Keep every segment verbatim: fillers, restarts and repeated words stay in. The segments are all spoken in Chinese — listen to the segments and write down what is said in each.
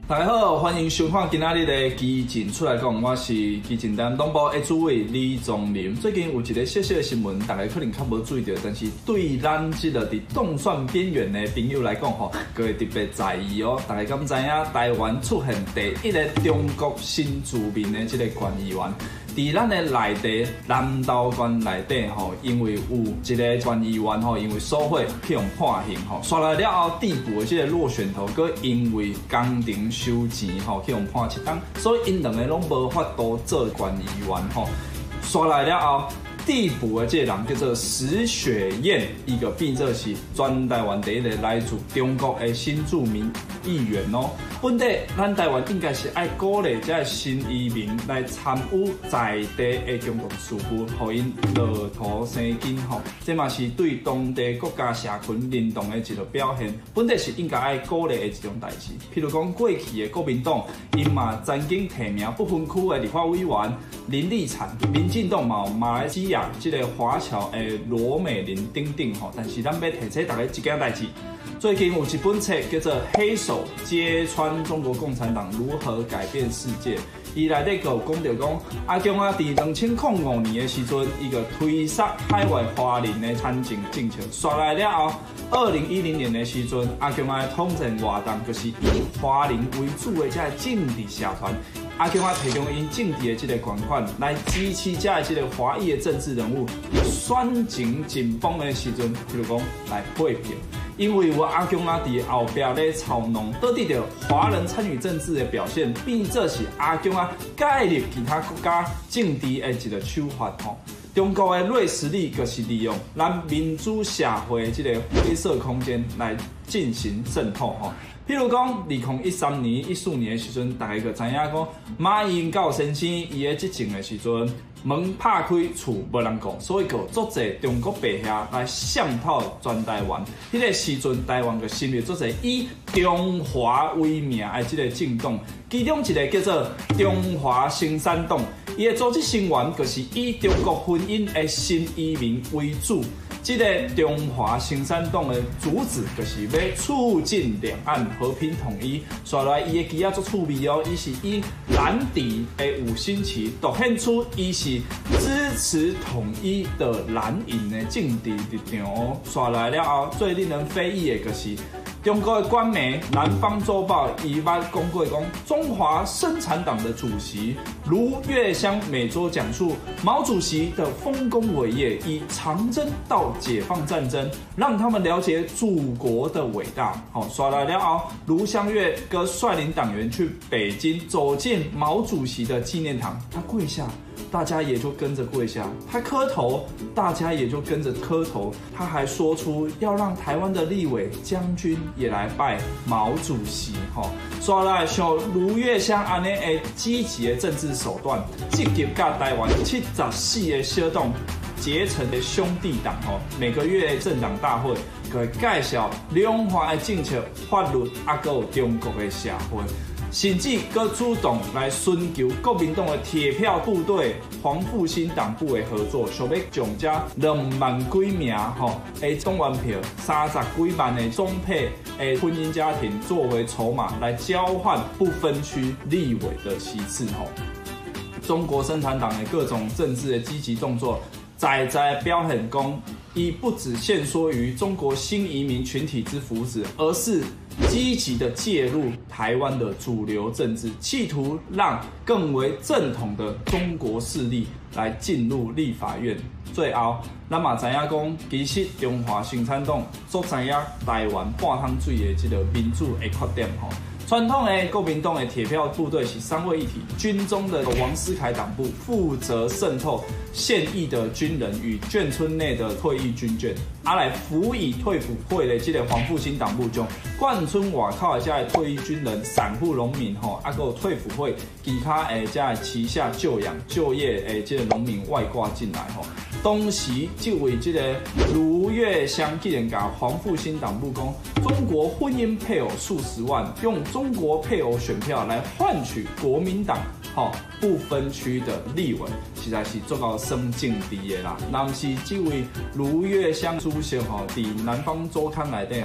大家好，欢迎收看今仔日的基进出来讲，我是基进党东部的主委李宗林。最近有一个小小的新闻，大家可能较无注意到，但是对咱这个伫动算边缘的朋友来讲吼，佢会特别在意哦。大家敢知影台湾出现第一个中国新住民的这个县议员？伫咱的内地南投县内底吼，因为有一个县议员吼，因为受贿去用判刑吼，刷来了后地补的这个落选头，佮因为工程收钱吼去用判七档，所以因两个拢无法度做县议员吼，刷来了后。地补的这个人叫做石雪燕，伊个变做是全台湾第一个来自中国的新住民议员哦。本地咱台湾应该是爱鼓励这个新移民来参与在地的中国事务，互因落土生根吼。这嘛是对当地国家社群认同的一个表现。本地是应该爱鼓励的一种代志。譬如讲过去的国民党，因嘛曾经提名不分区的立法委员林立产，民进党嘛马来西亚。这个华侨诶罗美玲等等吼，但是咱要提醒大家一件代志。最近有一本册叫做《黑手揭穿中国共产党如何改变世界》，伊内底有讲到讲阿强啊，伫两千零五年的时阵，伊个推杀海外华人的参政政策，刷来了后，二零一零年的时阵，阿强啊统战活动就是以华人为主的这个政治社团。阿强啊，提供因政治的这个捐款来支持这个这个华裔的政治人物，选情紧绷的时阵，譬如讲来配票，因为有阿强啊伫后壁咧操弄，得到着华人参与政治的表现，变做是阿强啊介入其他国家政治的一个手法吼。中国的软实力就是利用咱民主社会这个灰色空间来进行渗透吼。譬如讲，二零一三年、一四年的时阵，大家就知影讲，马英九先生伊的执政的时阵，门拍开，厝无人顾，所以个足侪中国白客来渗透全台湾。迄、那个时阵，台湾就成立足侪以中华为名的这个政党，其中一个叫做中华新三党，伊的组织成员就是以中国婚姻的新移民为主。这个中华新三党的主旨就是要促进两岸和平统一。刷来伊的旗仔足趣味哦，伊是以蓝底的五星旗凸显出伊是支持统一的蓝营的政治立场哦。刷来了后，最令人非议的就是中国的官媒《南方周报》伊捌讲过讲，中华生产党的主席卢月湘每周讲述毛主席的丰功伟业，以长征到解放战争，让他们了解祖国的伟大。好，刷来了后，卢湘月跟率领党员去北京，走进毛主席的纪念堂，他跪下。大家也就跟着跪下，他磕头，大家也就跟着磕头。他还说出要让台湾的立委将军也来拜毛主席。吼，刷来像卢月湘安尼的积极的政治手段，积极甲台湾七十四个小党结成的兄弟党。吼，每个月政党大会会介绍两岸的政策、法律，啊，还有中国的社会。甚至佮主动来寻求国民党的铁票部队黄复兴党部的合作，想要将这两万几名吼的党员票、三十几万的中配的婚姻家庭作为筹码，来交换不分区立委的席次吼。中国生产党的各种政治的积极动作，在在表现讲，已不只限缩于中国新移民群体之福祉，而是积极的介入台湾的主流政治，企图让更为正统的中国势力来进入立法院。最后，咱嘛知影讲，其实中华新产党足知影台湾半桶水的这个民主的缺点吼。传统的国民党的铁票部队是三位一体，军中的王思凯党部负责渗透现役的军人与眷村内的退役军眷，啊来辅以退辅会的这个黄复兴党部中，眷村外口的这个退役军人、散户农民吼，啊个退辅会其他诶这个旗下就养就业诶这个农民外挂进来吼。当时这位这个卢月湘竟然甲黄复兴党部讲，中国婚姻配偶数十万，用中国配偶选票来换取国民党吼不分区的立委，实在是做到生政治的啦。那是这位卢月湘主席吼，伫南方周刊内底吼，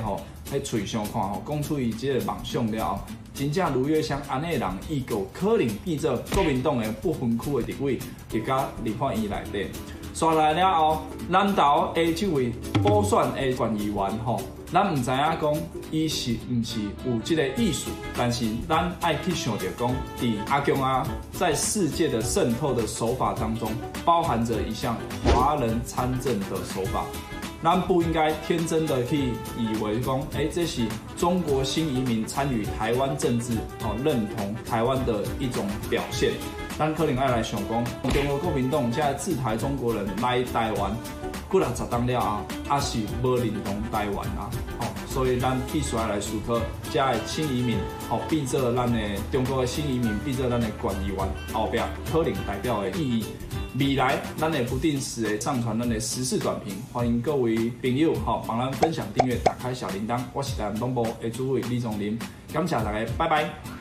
迄嘴上看吼，讲出伊即个梦想了后，真正如约像安尼人，伊个可能变做国民党的不分区的地位，伫甲立法院内底。刷来了后，咱岛的这位补选的县议员吼，咱唔知影讲伊是唔是有这个意思，但是咱爱去想着讲，伫阿强啊在世界的渗透的手法当中，包含着一项华人参政的手法。咱不应该天真的去以为讲，哎、欸，这是中国新移民参与台湾政治，哦，认同台湾的一种表现。咱可能爱来想讲，中国国民党现在自台中国人来台湾，过六十当了啊，还是无认同台湾啊，哦，所以咱必须要来思考，这个新移民，哦，变做咱的中国的新移民，变做咱的县议员后壁可能代表的意义。未来，咱会不定时的上传咱的时事短评，欢迎各位朋友好帮咱分享、订阅、打开小铃铛。我是台湾东部的主委李总林，感谢大家，拜拜。